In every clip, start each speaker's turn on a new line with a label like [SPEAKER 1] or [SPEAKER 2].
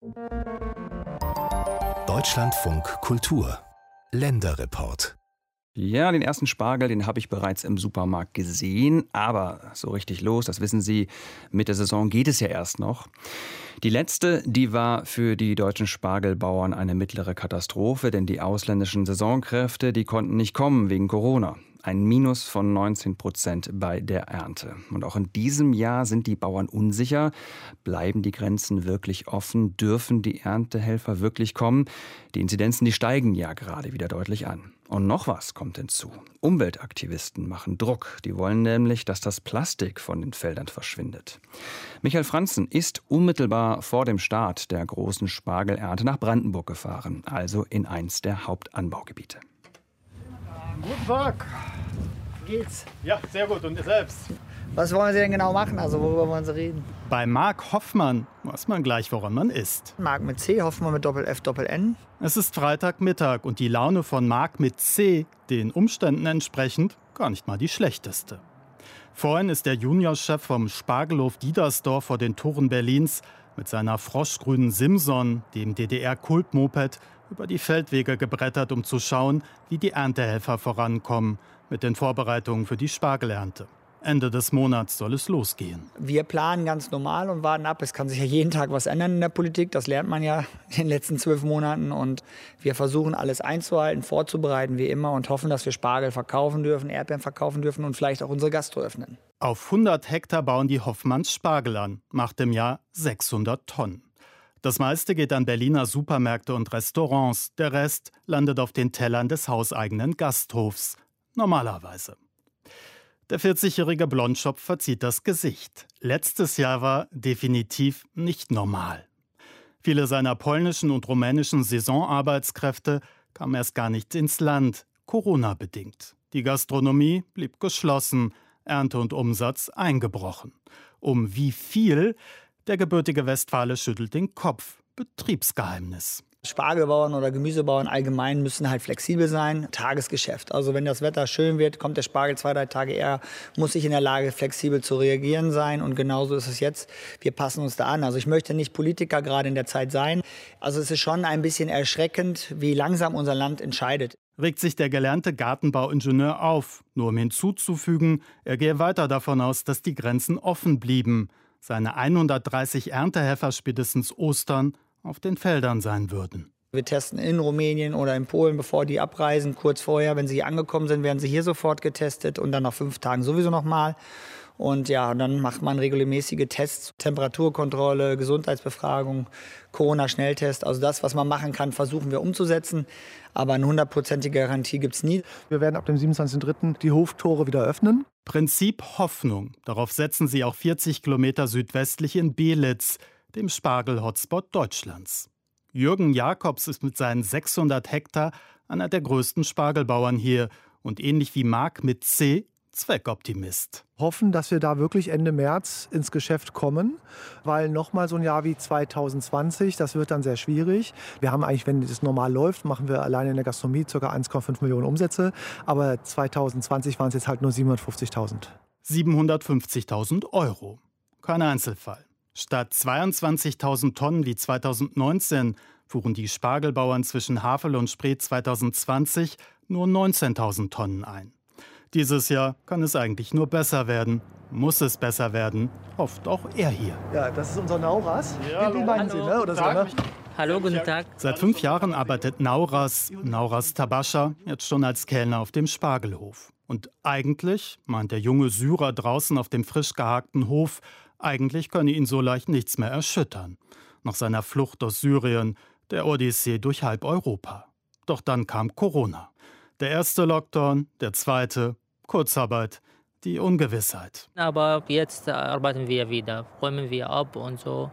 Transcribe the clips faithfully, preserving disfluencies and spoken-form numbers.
[SPEAKER 1] Deutschlandfunk Kultur Länderreport.
[SPEAKER 2] Ja, den ersten Spargel, den habe ich bereits im Supermarkt gesehen. Aber so richtig los, das wissen Sie, mit der Saison geht es ja erst noch. Die letzte, die war für die deutschen Spargelbauern eine mittlere Katastrophe, denn die ausländischen Saisonkräfte, die konnten nicht kommen wegen Corona. Ein Minus von neunzehn Prozent bei der Ernte. Und auch in diesem Jahr sind die Bauern unsicher. Bleiben die Grenzen wirklich offen? Dürfen die Erntehelfer wirklich kommen? Die Inzidenzen, die steigen ja gerade wieder deutlich an. Und noch was kommt hinzu. Umweltaktivisten machen Druck. Die wollen nämlich, dass das Plastik von den Feldern verschwindet. Michael Franzen ist unmittelbar vor dem Start der großen Spargelernte nach Brandenburg gefahren, also in eins der Hauptanbaugebiete.
[SPEAKER 3] Guten Tag. Wie geht's? Ja, sehr gut. Und ihr selbst?
[SPEAKER 4] Was wollen Sie denn genau machen? Also worüber wollen Sie reden?
[SPEAKER 3] Bei Marc Hoffmann weiß man gleich, woran man ist.
[SPEAKER 4] Marc mit C, Hoffmann mit Doppel-F, Doppel-N.
[SPEAKER 3] Es ist Freitagmittag und die Laune von Marc mit C, den Umständen entsprechend, gar nicht mal die schlechteste. Vorhin ist der Juniorchef vom Spargelhof Diedersdorf vor den Toren Berlins mit seiner froschgrünen Simson, dem D D R-Kultmoped, über die Feldwege gebrettert, um zu schauen, wie die Erntehelfer vorankommen mit den Vorbereitungen für die Spargelernte. Ende des Monats soll es losgehen.
[SPEAKER 4] Wir planen ganz normal und warten ab. Es kann sich ja jeden Tag was ändern in der Politik. Das lernt man ja in den letzten zwölf Monaten. Und wir versuchen, alles einzuhalten, vorzubereiten wie immer und hoffen, dass wir Spargel verkaufen dürfen, Erdbeeren verkaufen dürfen und vielleicht auch unsere Gastro öffnen.
[SPEAKER 3] Auf hundert Hektar bauen die Hoffmanns Spargel an, macht im Jahr sechshundert Tonnen. Das meiste geht an Berliner Supermärkte und Restaurants. Der Rest landet auf den Tellern des hauseigenen Gasthofs. Normalerweise. Der vierzigjährige Blondschopf verzieht das Gesicht. Letztes Jahr war definitiv nicht normal. Viele seiner polnischen und rumänischen Saisonarbeitskräfte kamen erst gar nicht ins Land, Corona-bedingt. Die Gastronomie blieb geschlossen, Ernte und Umsatz eingebrochen. Um wie viel? Der gebürtige Westfale schüttelt den Kopf. Betriebsgeheimnis.
[SPEAKER 4] Spargelbauern oder Gemüsebauern allgemein müssen halt flexibel sein. Tagesgeschäft. Also wenn das Wetter schön wird, kommt der Spargel zwei, drei Tage eher, muss ich in der Lage, flexibel zu reagieren sein. Und genauso ist es jetzt. Wir passen uns da an. Also ich möchte nicht Politiker gerade in der Zeit sein. Also es ist schon ein bisschen erschreckend, wie langsam unser Land entscheidet.
[SPEAKER 3] Regt sich der gelernte Gartenbauingenieur auf. Nur um hinzuzufügen, er gehe weiter davon aus, dass die Grenzen offen blieben. Seine hundertdreißig Erntehelfer spätestens Ostern auf den Feldern sein würden.
[SPEAKER 4] Wir testen in Rumänien oder in Polen, bevor die abreisen. Kurz vorher, wenn sie hier angekommen sind, werden sie hier sofort getestet und dann nach fünf Tagen sowieso nochmal. Und ja, dann macht man regelmäßige Tests, Temperaturkontrolle, Gesundheitsbefragung, Corona-Schnelltest. Also das, was man machen kann, versuchen wir umzusetzen. Aber eine hundertprozentige Garantie gibt es nie.
[SPEAKER 5] Wir werden ab dem siebenundzwanzigsten dritten die Hoftore wieder öffnen.
[SPEAKER 3] Prinzip Hoffnung. Darauf setzen sie auch vierzig Kilometer südwestlich in Belitz, dem Spargel-Hotspot Deutschlands. Jürgen Jakobs ist mit seinen sechshundert Hektar einer der größten Spargelbauern hier und ähnlich wie Marc mit C Zweckoptimist.
[SPEAKER 5] Hoffen, dass wir da wirklich Ende März ins Geschäft kommen, weil nochmal so ein Jahr wie zweitausendzwanzig, das wird dann sehr schwierig. Wir haben eigentlich, wenn das normal läuft, machen wir alleine in der Gastronomie ca. eins Komma fünf Millionen Umsätze, aber zweitausendzwanzig waren es jetzt halt nur siebenhundertfünfzigtausend.
[SPEAKER 3] siebenhundertfünfzigtausend Euro. Kein Einzelfall. Statt zweiundzwanzigtausend Tonnen wie zweitausendneunzehn fuhren die Spargelbauern zwischen Havel und Spree zweitausendzwanzig nur neunzehntausend Tonnen ein. Dieses Jahr kann es eigentlich nur besser werden. Muss es besser werden, hofft auch er hier.
[SPEAKER 5] Ja, das ist unser Nauras.
[SPEAKER 3] Ja,
[SPEAKER 5] Den meinen Sie, ne? Oder so, ne?
[SPEAKER 6] Hallo, guten Tag.
[SPEAKER 3] Seit fünf Jahren arbeitet Nauras, Nauras Tabascha, jetzt schon als Kellner auf dem Spargelhof. Und eigentlich, meint der junge Syrer draußen auf dem frisch gehakten Hof, eigentlich könne ihn so leicht nichts mehr erschüttern. Nach seiner Flucht aus Syrien, der Odyssee durch halb Europa. Doch dann kam Corona. Der erste Lockdown, der zweite, Kurzarbeit, die Ungewissheit.
[SPEAKER 6] Aber jetzt arbeiten wir wieder, räumen wir ab und so.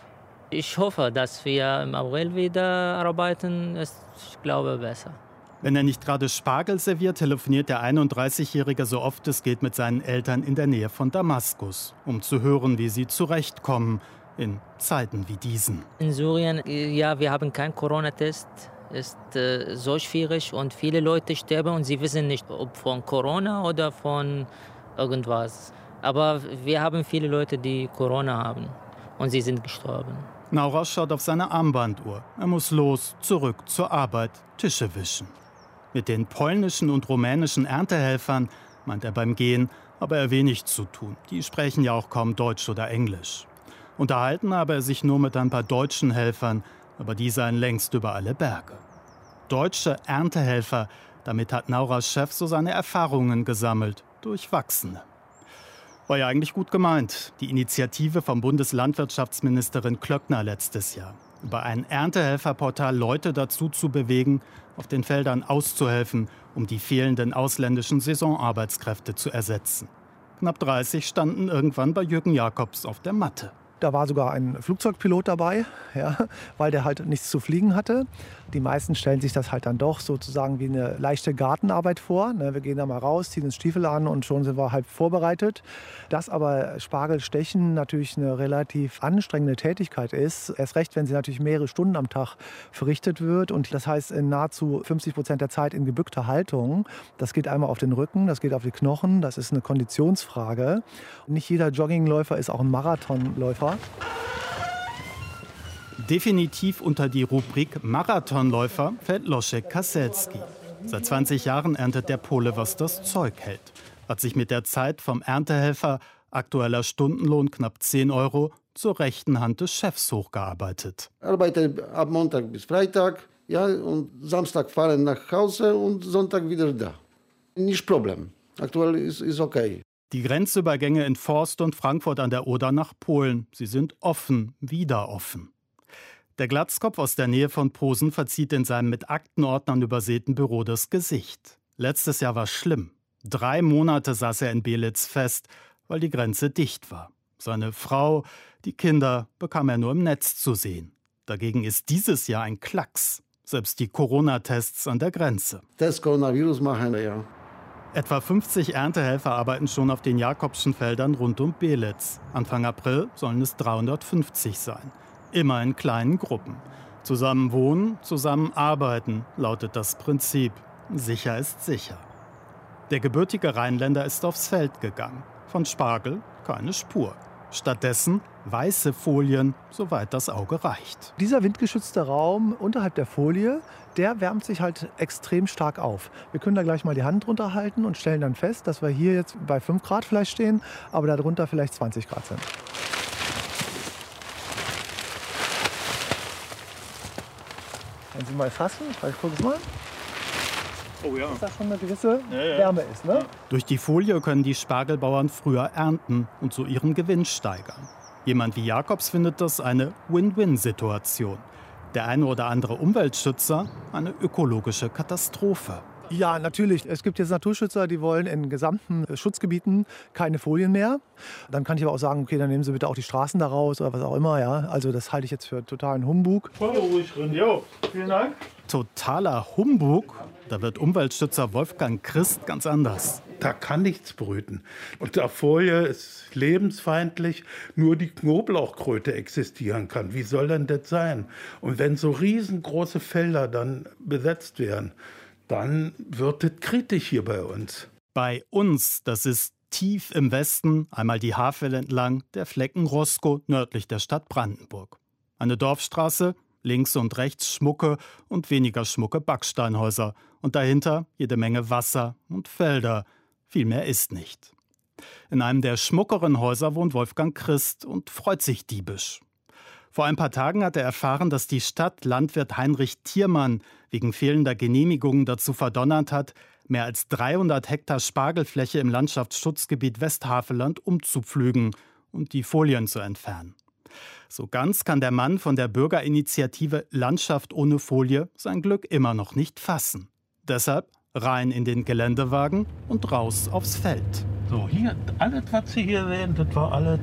[SPEAKER 6] Ich hoffe, dass wir im April wieder arbeiten. Ich glaube, besser.
[SPEAKER 3] Wenn er nicht gerade Spargel serviert, telefoniert der einunddreißigjährige so oft es geht mit seinen Eltern in der Nähe von Damaskus, um zu hören, wie sie zurechtkommen in Zeiten wie diesen.
[SPEAKER 6] In Syrien, ja, wir haben keinen Corona-Test. Ist äh, so schwierig und viele Leute sterben und sie wissen nicht, ob von Corona oder von irgendwas. Aber wir haben viele Leute, die Corona haben und sie sind gestorben.
[SPEAKER 3] Nauras schaut auf seine Armbanduhr. Er muss los, zurück zur Arbeit, Tische wischen. Mit den polnischen und rumänischen Erntehelfern, meint er beim Gehen, habe er wenig zu tun. Die sprechen ja auch kaum Deutsch oder Englisch. Unterhalten habe er sich nur mit ein paar deutschen Helfern, aber die seien längst über alle Berge. Deutsche Erntehelfer, damit hat Nauras Chef so seine Erfahrungen gesammelt, durchwachsene. War ja eigentlich gut gemeint, die Initiative von Bundeslandwirtschaftsministerin Klöckner letztes Jahr. Über ein Erntehelferportal Leute dazu zu bewegen, auf den Feldern auszuhelfen, um die fehlenden ausländischen Saisonarbeitskräfte zu ersetzen. Knapp dreißig standen irgendwann bei Jürgen Jakobs auf der Matte.
[SPEAKER 5] Da war sogar ein Flugzeugpilot dabei, ja, weil der halt nichts zu fliegen hatte. Die meisten stellen sich das halt dann doch sozusagen wie eine leichte Gartenarbeit vor. Wir gehen da mal raus, ziehen uns Stiefel an und schon sind wir halb vorbereitet. Dass aber Spargelstechen natürlich eine relativ anstrengende Tätigkeit ist, erst recht, wenn sie natürlich mehrere Stunden am Tag verrichtet wird. Und das heißt in nahezu fünfzig Prozent der Zeit in gebückter Haltung. Das geht einmal auf den Rücken, das geht auf die Knochen, das ist eine Konditionsfrage. Nicht jeder Joggingläufer ist auch ein Marathonläufer.
[SPEAKER 3] Definitiv unter die Rubrik Marathonläufer fällt Leszek Kaselski. Seit zwanzig Jahren erntet der Pole, was das Zeug hält. Hat sich mit der Zeit vom Erntehelfer, aktueller Stundenlohn knapp zehn Euro, zur rechten Hand des Chefs hochgearbeitet.
[SPEAKER 7] Ich arbeite ab Montag bis Freitag, ja, und Samstag fahren nach Hause und Sonntag wieder da. Nicht Problem. Aktuell ist es okay.
[SPEAKER 3] Die Grenzübergänge in Forst und Frankfurt an der Oder nach Polen, sie sind offen, wieder offen. Der Glatzkopf aus der Nähe von Posen verzieht in seinem mit Aktenordnern übersäten Büro das Gesicht. Letztes Jahr war schlimm. Drei Monate saß er in Belitz fest, weil die Grenze dicht war. Seine Frau, die Kinder bekam er nur im Netz zu sehen. Dagegen ist dieses Jahr ein Klacks. Selbst die Corona-Tests an der Grenze.
[SPEAKER 7] Das Coronavirus machen wir, ja.
[SPEAKER 3] Etwa fünfzig Erntehelfer arbeiten schon auf den Jakobschen Feldern rund um Belitz. Anfang April sollen es dreihundertfünfzig sein. Immer in kleinen Gruppen. Zusammen wohnen, zusammen arbeiten, lautet das Prinzip. Sicher ist sicher. Der gebürtige Rheinländer ist aufs Feld gegangen. Von Spargel keine Spur. Stattdessen weiße Folien, soweit das Auge reicht.
[SPEAKER 5] Dieser windgeschützte Raum unterhalb der Folie, der wärmt sich halt extrem stark auf. Wir können da gleich mal die Hand drunter halten und stellen dann fest, dass wir hier jetzt bei fünf Grad vielleicht stehen, aber darunter vielleicht zwanzig Grad sind. Wenn Sie mal fassen, ich gucke es mal. Oh ja. Dass da schon eine gewisse ja, ja. Wärme ist, ne?
[SPEAKER 3] Durch die Folie können die Spargelbauern früher ernten und so ihren Gewinn steigern. Jemand wie Jakobs findet das eine Win-Win-Situation. Der eine oder andere Umweltschützer eine ökologische Katastrophe.
[SPEAKER 5] Ja, natürlich. Es gibt jetzt Naturschützer, die wollen in gesamten Schutzgebieten keine Folien mehr. Dann kann ich aber auch sagen, okay, dann nehmen Sie bitte auch die Straßen da raus oder was auch immer. Ja. Also das halte ich jetzt für totalen Humbug.
[SPEAKER 8] ruhig drin, jo. Vielen Dank.
[SPEAKER 3] Totaler Humbug? Da wird Umweltschützer Wolfgang Christ ganz anders.
[SPEAKER 8] Da kann nichts brüten. Unter Folie ist lebensfeindlich, nur die Knoblauchkröte existieren kann. Wie soll denn das sein? Und wenn so riesengroße Felder dann besetzt werden, dann wird es kritisch hier bei uns.
[SPEAKER 3] Bei uns, das ist tief im Westen, einmal die Havel entlang, der Flecken Roskow nördlich der Stadt Brandenburg. Eine Dorfstraße, links und rechts schmucke und weniger schmucke Backsteinhäuser und dahinter jede Menge Wasser und Felder. Viel mehr ist nicht. In einem der schmuckeren Häuser wohnt Wolfgang Christ und freut sich diebisch. Vor ein paar Tagen hat er erfahren, dass die Stadt Landwirt Heinrich Thiermann wegen fehlender Genehmigungen dazu verdonnert hat, mehr als dreihundert Hektar Spargelfläche im Landschaftsschutzgebiet Westhaveland umzupflügen und die Folien zu entfernen. So ganz kann der Mann von der Bürgerinitiative Landschaft ohne Folie sein Glück immer noch nicht fassen. Deshalb rein in den Geländewagen und raus aufs Feld.
[SPEAKER 8] So, hier, alles, was Sie hier sehen, das war alles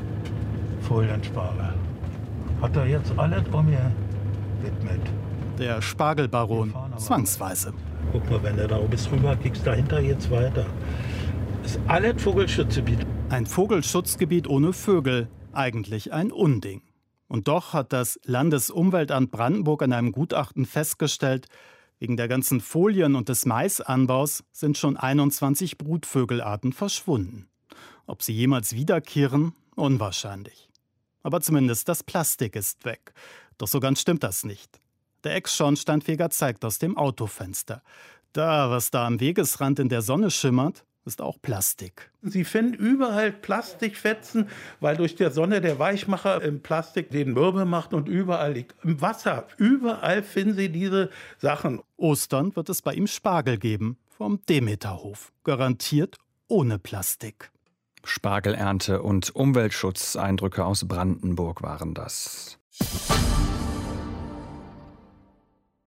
[SPEAKER 8] Folienspargel. Hat er jetzt alles um mir widmet.
[SPEAKER 3] Der Spargelbaron, zwangsweise.
[SPEAKER 8] Guck mal, wenn du da bis rüber kickst, dahinter geht's weiter. Das ist alles Vogelschutzgebiet.
[SPEAKER 3] Ein Vogelschutzgebiet ohne Vögel, eigentlich ein Unding. Und doch hat das Landesumweltamt Brandenburg in einem Gutachten festgestellt, wegen der ganzen Folien und des Maisanbaus sind schon einundzwanzig Brutvögelarten verschwunden. Ob sie jemals wiederkehren, unwahrscheinlich. Aber zumindest das Plastik ist weg. Doch so ganz stimmt das nicht. Der Ex-Schornsteinfeger zeigt aus dem Autofenster. Da, was da am Wegesrand in der Sonne schimmert, ist auch Plastik.
[SPEAKER 8] Sie finden überall Plastikfetzen, weil durch die Sonne der Weichmacher im Plastik den Mürbe macht und überall liegt. Im Wasser, überall finden Sie diese Sachen.
[SPEAKER 3] Ostern wird es bei ihm Spargel geben, vom Demeterhof. Garantiert ohne Plastik.
[SPEAKER 2] Spargelernte und Umweltschutzeindrücke aus Brandenburg waren das.